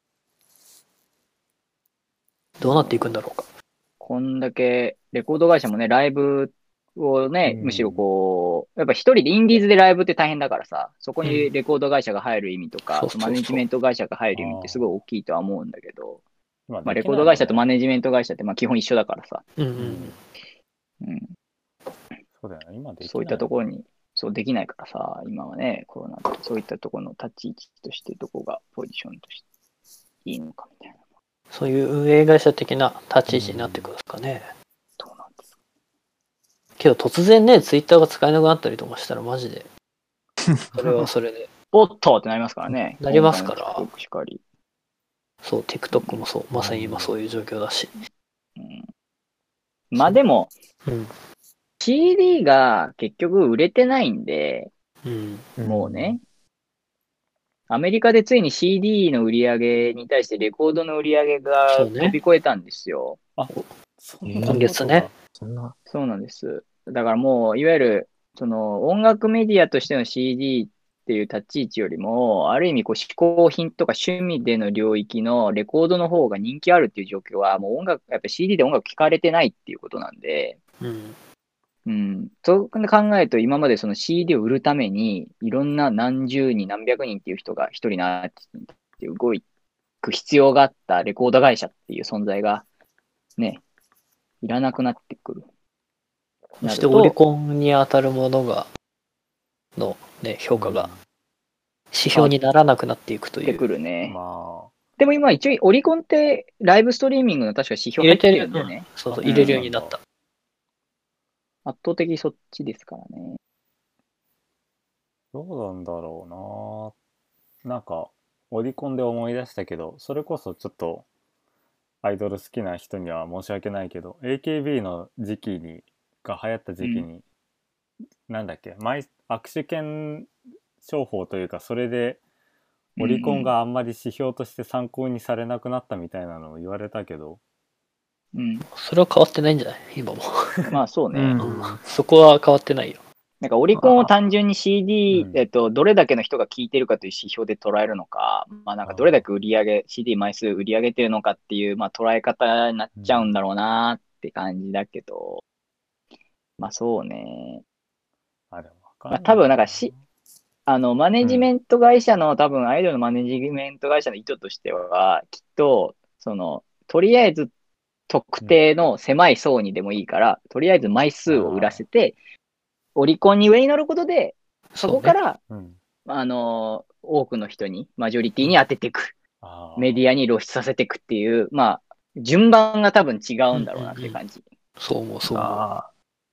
どうなっていくんだろうか。 こんだけ、レコード会社もね、ライブをね、むしろこう、やっぱ一人でインディーズでライブって大変だからさ、そこにレコード会社が入る意味とか、うん、マネジメント会社が入る意味ってすごい大きいとは思うんだけど、まあ、レコード会社とマネジメント会社ってまあ基本一緒だからさ。うんうんうん。 そうだよね、今できない。 そういったところに、そうできないからさ、今はね、コロナでそういったところの立ち位置としてどこがポジションとしていいのかみたいな。 そういう運営会社的な立ち位置になってくるんですかね。 どうなんですか。 けど突然ね、ツイッターが使えなくなったりとかしたらマジで。それはそれで。 おっとってなりますからね。 なりますから。 しかりそう、TikTok もそう、まさに今そういう状況だし。 うん、まあでも、うん、シーディー が結局売れてないんで、うん、もうね、 アメリカでついに シーディー の売り上げに対してレコードの売り上げが飛び越えたんですよ。 あ、 今月ね。 そんな。 そうなんです。だからもう、いわゆる、その音楽メディアとしての シーディー っていう立ち位置よりも、ある意味こう嗜好品とか趣味での領域のレコードの方が人気あるっていう状況は、もう音楽、やっぱ シーディー で音楽聴かれてないっていうことなんで、 うん。 うん。そう考えると、今までその シーディー を売るために、いろんな何十人、何百人っていう人が一人のアーティストにって動く必要があったレコード会社っていう存在が、ね、いらなくなってくる。 そしてオリコンに当たるものが、のね、評価が指標にならなくなっていくという。 てくるね。 まあ、 でも今一応オリコンってライブストリーミングの確か指標入ってるんだよね。 うん、そうそう、入れるようになった。 圧倒的そっちですからね。 どうなんだろうな。なんか、オリコンで思い出したけど、それこそちょっと、アイドル好きな人には申し訳ないけど、エーケービー の時期に、が流行った時期に、うん、なんだっけ、毎握手券商法というか、それで、オリコンがあんまり指標として参考にされなくなったみたいなのを言われたけど、 うん、 それは変わってないんじゃない今も。 まあそうね、 うん、そこは変わってないよ。 なんかオリコンを単純に シーディー、えっと、どれだけの人が聞いてるかという指標で捉えるのか、まあなんかどれだけ売り上げ、シーディー 枚数売り上げてるのかっていう、まあ捉え方になっちゃうんだろうなって感じだけど、うん、まあそうね。 あ、でもわかんない。まあ多分なんかし、あの、マネジメント会社の、うん、多分アイドルのマネジメント会社の意図としては、きっと、その、とりあえず特定の狭い層にでもいいから、うん、とりあえず枚数を売らせて、オリコンに上に乗ることで、そこから、ね、うん、あの、多くの人に、マジョリティに当てていく。うん、メディアに露出させていくっていう、まあ、順番が多分違うんだろうなって感じ。 うんうんうん、そう思う、そう思う。あ、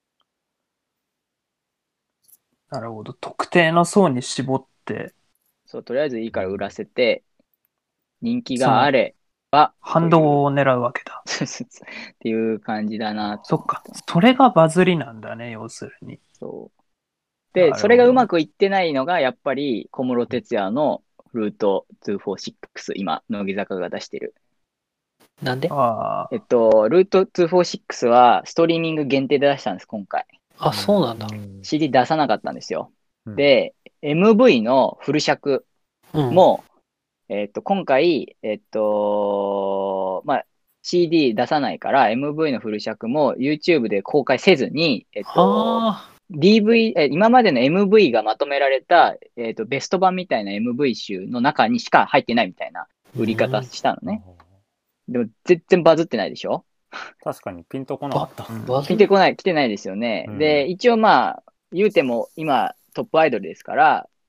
なるほど。特定の層に絞って。 そう、とりあえずいいから売らせて、人気があれば。 反動を狙うわけだ。 っていう感じだな。 そっか。それがバズりなんだね、要するに。 そう。で、それがうまくいってないのが、やっぱり小室哲哉のルートにひゃくよんじゅうろく、今、乃木坂が出してる。 なんで？ えっと、ルートにひゃくよんじゅうろくはストリーミング限定で出したんです、今回。 あ、そうなんだ。 シーディー 出さなかったんですよ。うん、で、エムブイ のフル尺も、うん、えっと、今回、えっと、まあ、シーディー 出さないから エムブイ のフル尺も YouTube で公開せずに、えっと、ディーブイ、え、今までの エムブイ がまとめられた、えっと、ベスト版みたいな エムブイ 集の中にしか入ってないみたいな売り方したのね。うん、でも全然バズってないでしょ？ 確かにピンとこなかった。 ピンとこない、来てないですよね。うん、で、一応まあ、言うても今トップアイドルですから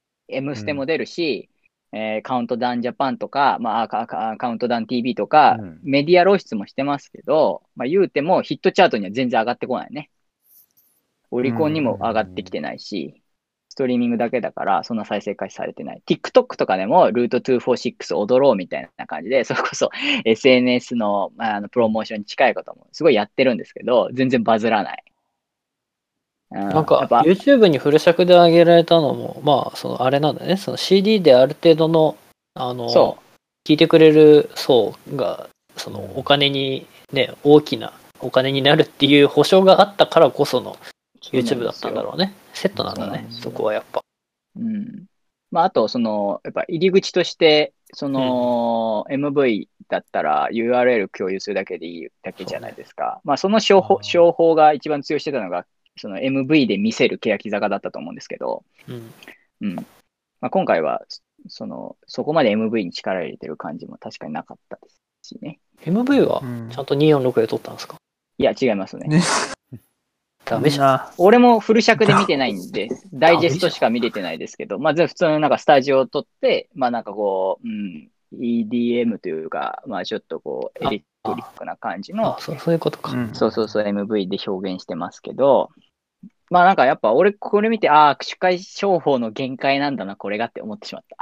、M ステも出るし、うん、えー、カウントダウンジャパンとか、まあ、カウントダウン ティーブイ とか、うん、メディア露出もしてますけど、まあ言うてもヒットチャートには全然上がってこないね。オリコンにも上がってきてないし、ストリーミングだけだから、そんな再生回数されてない。TikTok とかでも、ルートにひゃくよんじゅうろく踊ろうみたいな感じで、それこそ エスエヌエス の、まあ、あのプロモーションに近いこともすごいやってるんですけど、全然バズらない。 うん、なんか、YouTube にフル尺で上げられたのも、まあ、そのあれなんだね、その シーディー である程度の、あの、聞いてくれる層が、そのお金にね、大きなお金になるっていう保証があったからこその、YouTube だったんだろうね。セットなんだね、そ, そこはやっぱ。 うん。まあ、あと、その、やっぱ入り口として、その、うん、エムブイ だったら ユーアールエル 共有するだけでいいだけじゃないですか。ね、まあ、その商法、商法が一番通用してたのが、その エムブイ で見せる欅坂だったと思うんですけど、うん。うん。まあ、今回は、その、そこまで エムブイ に力入れてる感じも確かになかったですしね。 エムブイ はちゃんとにひゃくよんじゅうろくで撮ったんですか？ いや、違いますね。ねダメじゃん。 俺もフル尺で見てないんで、ダイジェストしか見れてないですけど、まあ、普通のなんかスタジオを撮って、まあなんかこう、うん、イーディーエム というか、まあちょっとこう、エレクトリックな感じの、 そう、そういうことか。 そうそうそう、エムブイ で表現してますけど、まあなんかやっぱ俺これ見て、ああ、握手会商法の限界なんだな、これがって思ってしまった。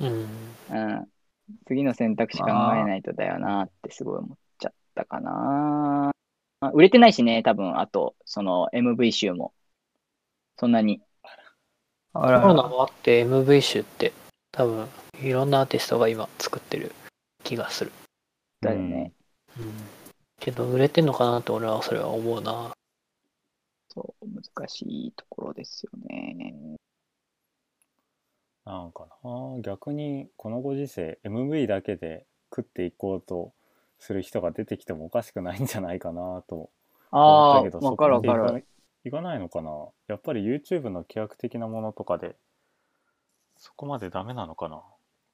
うん。うん。次の選択肢考えないとだよなってすごい思っちゃったかな。売れてないしね、多分、あと、その エムブイ 集も。そんなに。 コロナもあって エムブイ 集って多分いろんなアーティストが今作ってる気がする。 だよね。 うん。けど売れてんのかなって俺はそれは思うな。 そう、難しいところですよね。 なんかな、逆にこのご時世 エムブイ だけで食っていこうとする人が出てきてもおかしくないんじゃないかなと思ったけど、 ああ、わかるわかる。 いかないのかな。やっぱり YouTube の規約的なものとかでそこまでダメなのかな。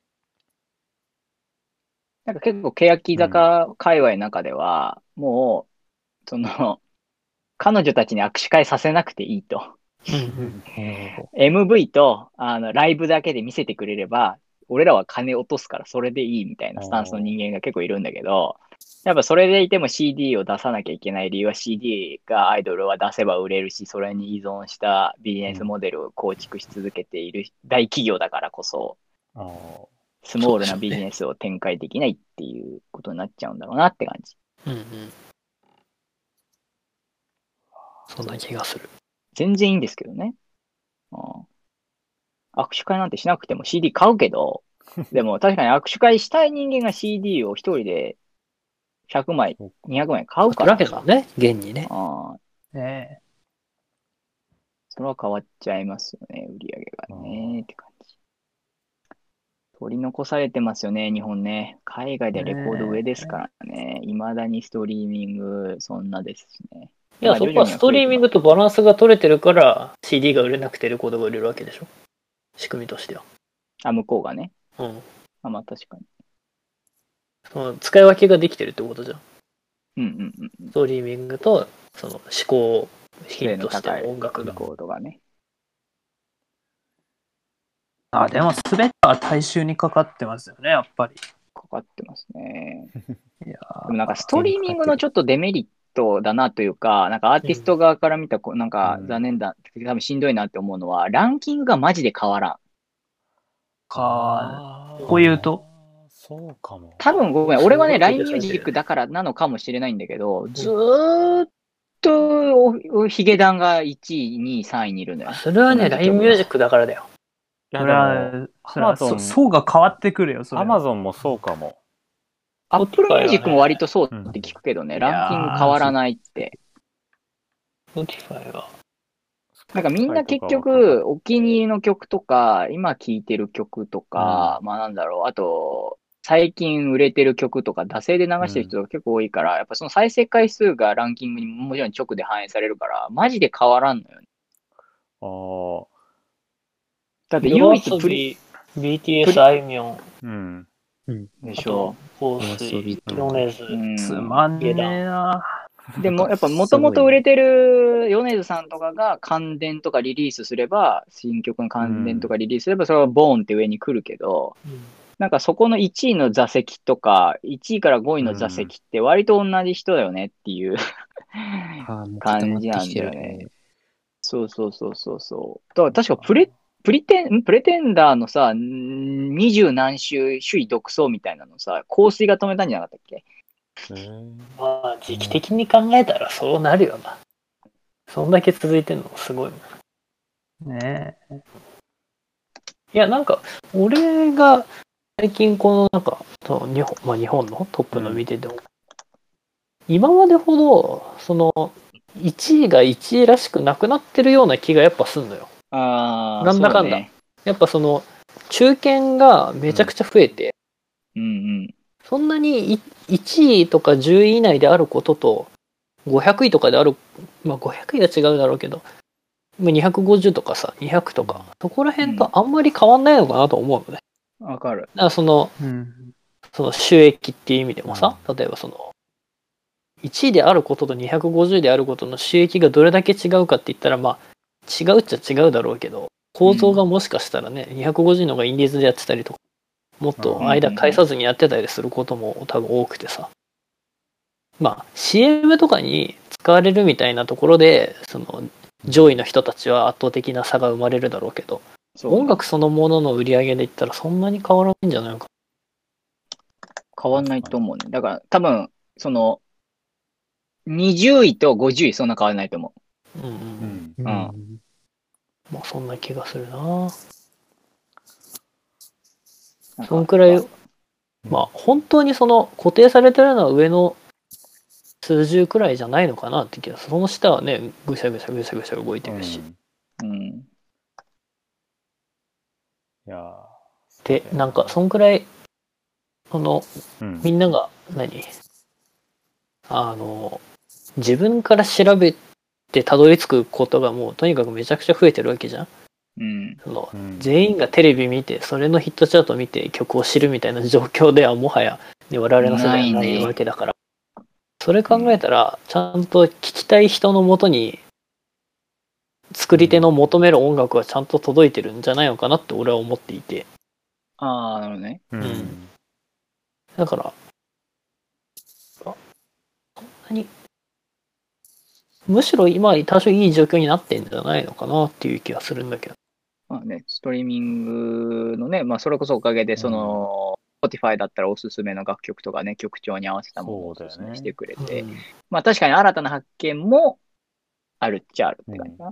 なんか結構欅坂界隈の中では、うん、もうその彼女たちに握手会させなくていいと。エムブイ とあのライブだけで見せてくれれば、俺らは金落とすからそれでいいみたいなスタンスの人間が結構いるんだけど、やっぱそれでいても シーディー を出さなきゃいけない理由は シーディー がアイドルは出せば売れるし、それに依存したビジネスモデルを構築し続けている大企業だからこそ、スモールなビジネスを展開できないっていうことになっちゃうんだろうなって感じ。 うんうん。そんな気がする。 全然いいんですけどね。うん、握手会なんてしなくても シーディー 買うけど、でも確かに握手会したい人間が シーディー を一人でひゃくまい、にひゃくまい買うから。 買うわけだね、現にね。 ああ。ねえ。それは変わっちゃいますよね、売り上げがね、って感じ。取り残されてますよね、日本ね。海外でレコード上ですからね。いまだにストリーミング、そんなですしね。 いや、そこはストリーミングとバランスが取れてるから、シーディー が売れなくてレコードが売れるわけでしょ。仕組みとしては。 あ、向こうがね。 うん。 あ、まあ確かに。 その使い分けができてるってことじゃん。 うんうんうん。 ストリーミングと、その思考品としての音楽が。 レコードがね。 あ、でも全ては大衆にかかってますよね、やっぱり。 かかってますね。 いやでもなんかストリーミングのちょっとデメリットだなというか、なんかアーティスト側から見たなんか残念だ、うん、多分しんどいなって思うのは、ランキングがマジで変わらん。 か、こう言うとそうかも。 多分ごめん、俺はね、ライン ミュージックだからなのかもしれないんだけど、ずーっとヒゲダンがいちい、にい、さんいにいるのよ。 それはね、ライン ミュージックだからだよ。 いや、それは、それはそ層が変わってくるよ、それ。 アマゾンもそうかも。 アップルミュージックも割とそうって聞くけどね、うん、ランキング変わらないって。 Spotify は。 なんかみんな結局、お気に入りの曲とか、今聴いてる曲とか、うん、まあなんだろう、あと、最近売れてる曲とか、惰性で流してる人が結構多いから、うん、やっぱその再生回数がランキングにもちろん直で反映されるから、マジで変わらんのよね。 ああ。 だって唯一プリ、ビーティーエス あいみょん。 うん。 でしょ。 香水、米津。 つまんねえな。 でも、やっぱもともと売れてる米津さんとかが関連とかリリースすれば、新曲の関連とかリリースすれば、それはボーンって上に来るけど、うん、なんかそこのいちいの座席とか、いちいからごいの座席って割と同じ人だよねっていう、うん、感じなんだよね。そうそうそうそうそう。だから確かプレ、プリテン、プレテンダーのさ、二十何週首位独走みたいなのさ、香水が止めたんじゃなかったっけ？ まあ、時期的に考えたらそうなるよな。そんだけ続いてんのすごいな。ねえ。 いや、なんか、俺が最近このなんか、日本、まあ日本のトップの見てても、うん、今までほど、その、いちいがいちいらしくなくなってるような気がやっぱすんのよ。 あなんだかんだ。ね、やっぱその、中堅がめちゃくちゃ増えて、 うん、うんうんそんなにいちいとかじゅうい以内であることとごひゃくいとかである、まあごひゃくいは違うだろうけど、にひゃくごじゅうとかさ、にひゃくとか、そこら辺とあんまり変わんないのかなと思うのね。 わ、うん、かる。 だからその、うん、その収益っていう意味でもさ、例えばその、いちいであることとにひゃくごじゅうであることの収益がどれだけ違うかって言ったら、まあ、違うっちゃ違うだろうけど、構造がもしかしたらね、にひゃくごじゅうのがインディーズでやってたりとか、もっと間返さずにやってたりすることも多分多くてさ。まあ シーエム とかに使われるみたいなところで、その上位の人たちは圧倒的な差が生まれるだろうけど、音楽そのものの売り上げで言ったらそんなに変わらないんじゃないのか。 変わんないと思うね。だから多分、その、にじゅういとごじゅういそんな変わらないと思う。うんうん。 うん。うん。 まあそんな気がするな。 そんくらい、まあ本当にその固定されてるのは上の数十くらいじゃないのかなって気がする。その下はね、ぐしゃぐしゃぐしゃぐしゃ動いてるし。 うん。うん、 いやで、なんかそんくらい、その、うん、みんなが何あの、自分から調べてたどり着くことがもうとにかくめちゃくちゃ増えてるわけじゃん。 うん、 その全員がテレビ見てそれのヒットチャート見て曲を知るみたいな状況ではもはや、ね、我々の世代はないわけだから、ね、それ考えたらちゃんと聴きたい人のもとに作り手の求める音楽はちゃんと届いてるんじゃないのかなって俺は思っていて。 ああ、なるほどね。 うん。だからそんなにむしろ今多少いい状況になってんじゃないのかなっていう気がするんだけど。 まあね、ストリーミングのね、まあそれこそおかげで、その、うん、Spotify だったらおすすめの楽曲とかね、曲調に合わせたものをおすすめしてくれて、ねうん、まあ確かに新たな発見もあるっちゃあるって感じかな。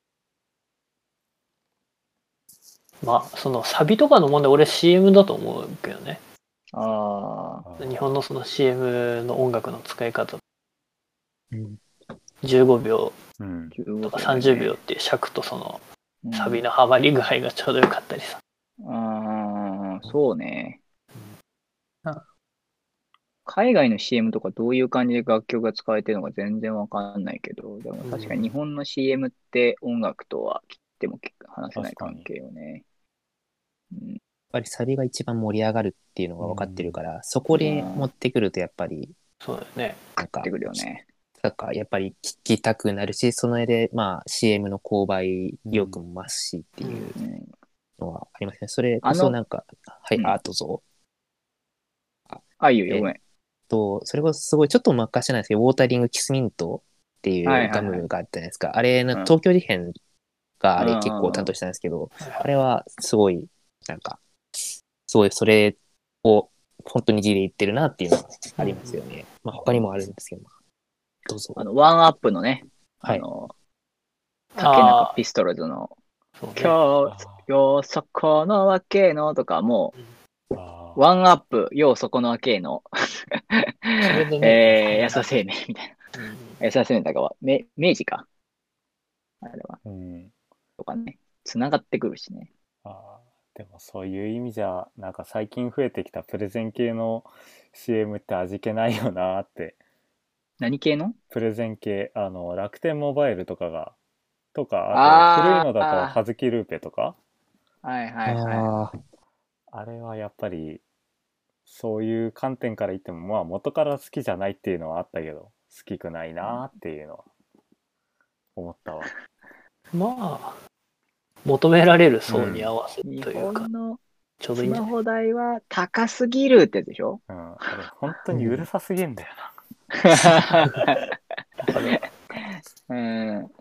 うん、まあそのサビとかの問題俺 シーエム だと思うけどね。 ああ。日本のその シーエム の音楽の使い方。うんじゅうごびょうとかさんじゅうびょうっていう尺とそのサビのハマり具合がちょうどよかったりさ。 うん、ああ、そうね、うん。海外の シーエム とかどういう感じで楽曲が使われてるのか全然わかんないけど、でも確かに日本の シーエム って音楽とは切っても話せない関係よね。 うん、やっぱりサビが一番盛り上がるっていうのが分かってるから、うん、そこで持ってくるとやっぱり、 そうだよね。 なんか、 ってくるよね。 なんかやっぱり聴きたくなるし、その絵で、まあ、シーエム の購買意欲も増すしっていうのはありますね。それこそなんか、はい、うん、あ、どうぞ。 あ、あいいよ、ごめん。 と、それこそすごいちょっと昔なんですけど、ウォータリングキスミントっていうガムがあったじゃないですか。はいはいはい、あれの東京事変があれ結構担当したんですけど、うん、あれはすごい、なんか、すごいそれを本当に字で言ってるなっていうのがありますよね。まあ他にもあるんですけど、どうぞ。 あの、ワンアップのね、あの、はい、竹中ピストルズの、ね、今日、よそこのわけのとかも、ワンアップ、ようそこのわけの、えー、安田生命みたいな。うん、安田生命だかは、明治か。あれは。うん、とかね、繋がってくるしね。 あでもそういう意味じゃ、なんか最近増えてきたプレゼン系の シーエム って味気ないよなーって。 何系の？ プレゼン系、あの楽天モバイルとかがとか、あと古いのだと葉月ルーペとか、 はいはいはい、あれはやっぱりそういう観点から言っても、まあ元から好きじゃないっていうのはあったけど、好きくないなっていうのは思ったわ。 まあ求められる層に合わせというか、うん、 日本のちょうどいいんじゃない？スマホ代は高すぎるってやつでしょ？ うん、あれ本当にうるさすぎんだよな。 うん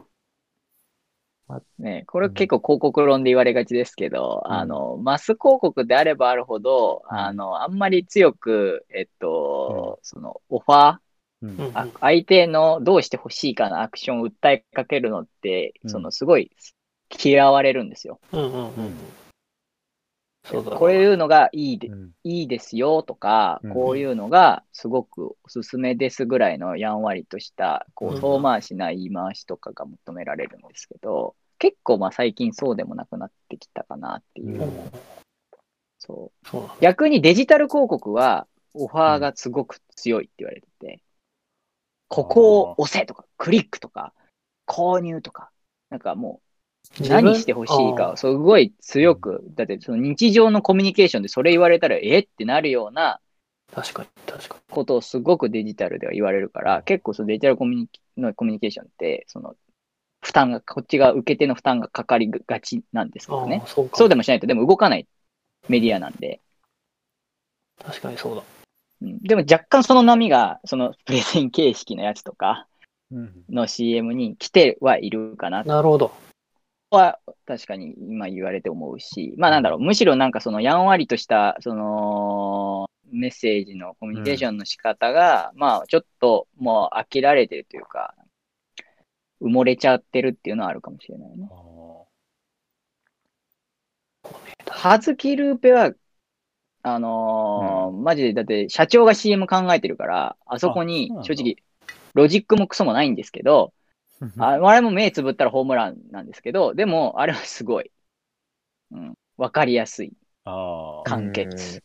ね、これ結構広告論で言われがちですけど、うん、あのマス広告であればあるほど、うん、あのあんまり強く、えっとうん、そのオファー、うん、あ相手のどうしてほしいかのアクションを訴えかけるのって、うん、そのすごい嫌われるんですよ。うんうんうんそうだこういうのがいいで、うん、いいですよとか、こういうのがすごくおすすめですぐらいのやんわりとしたこう遠回しな言い回しとかが求められるんですけど、結構まあ最近そうでもなくなってきたかなっていう。うん、そうそう逆にデジタル広告はオファーがすごく強いって言われてて、うん、ここを押せとかクリックとか購入とかなんかもう何してほしいかすごい強く、だってその日常のコミュニケーションでそれ言われたらえってなるような確かに確かにことをすごくデジタルでは言われるから、結構そのデジタルコミュニのコミュニケーションってその負担がこっちが受け手の負担がかかりがちなんですけどね。そうそうでもしないとでも動かないメディアなんで。 確かにそうだ。 うん、でも若干その波がそのプレゼン形式のやつとかの シーエム に来てはいるかな。 なるほど。 は確かに今言われて思うし、まあなんだろう、むしろなんかそのやんわりとしたそのメッセージのコミュニケーションの仕方が、うん、まあちょっともう飽きられてるというか、埋もれちゃってるっていうのはあるかもしれないね。葉月ルーペはあのーうん、マジで、だって社長が シーエム 考えてるから、あそこに正直、ロジックもクソもないんですけど、ああれも目つぶったらホームランなんですけど、でも、あれはすごい、うん、わかりやすい。簡潔。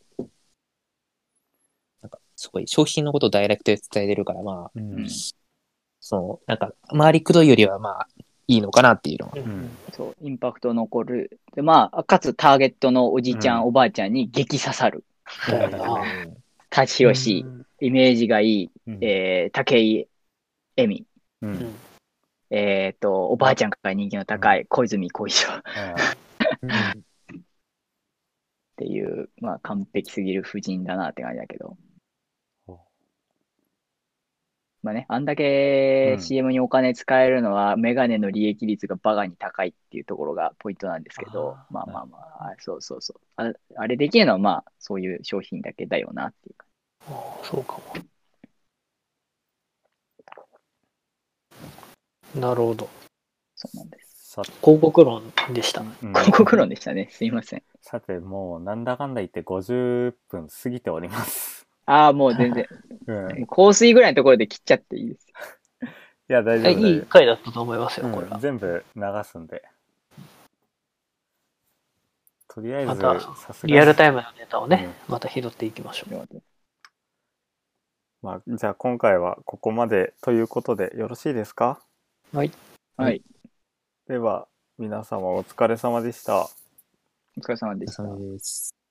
なんか、すごい、商品のことをダイレクトで伝えてるから、まあ、うん、そう、なんか、周りくどいよりは、まあ、いいのかなっていうのは。 うん、そう、インパクト残る。で、まあ、かつターゲットのおじちゃん、うん、おばあちゃんに激刺さる。舘ひろし、イメージがいい、うん、えー、武井絵美。うん、えっ、ー、と、おばあちゃんから人気の高い小泉小一郎。っていう、まあ、完璧すぎる夫人だなって感じだけど。まあね、あんだけ シーエム にお金使えるのは、うん、メガネの利益率がバカに高いっていうところがポイントなんですけど、あまあまあまあ、そうそうそうあ。あれできるのは、まあ、そういう商品だけだよなっていうか。 ああ、そうかも。なるほど。 そうなんです。 広告論でしたね。 うん、広告論でしたね。すいません。 さて、もうなんだかんだ言ってごじゅっぷん過ぎております。 ああ、もう全然。うん、香水ぐらいのところで切っちゃっていいです。 いや、大丈夫。 いい回だったと思いますよ、これは。 うん、全部流すんで。とりあえず、 またリアルタイムのネタをね、うん、また拾っていきましょう。 まあ、じゃあ今回はここまでということでよろしいですか？ はい。 はい。 では、皆様お疲れ様でした。 お疲れ様でした。 お疲れ様です。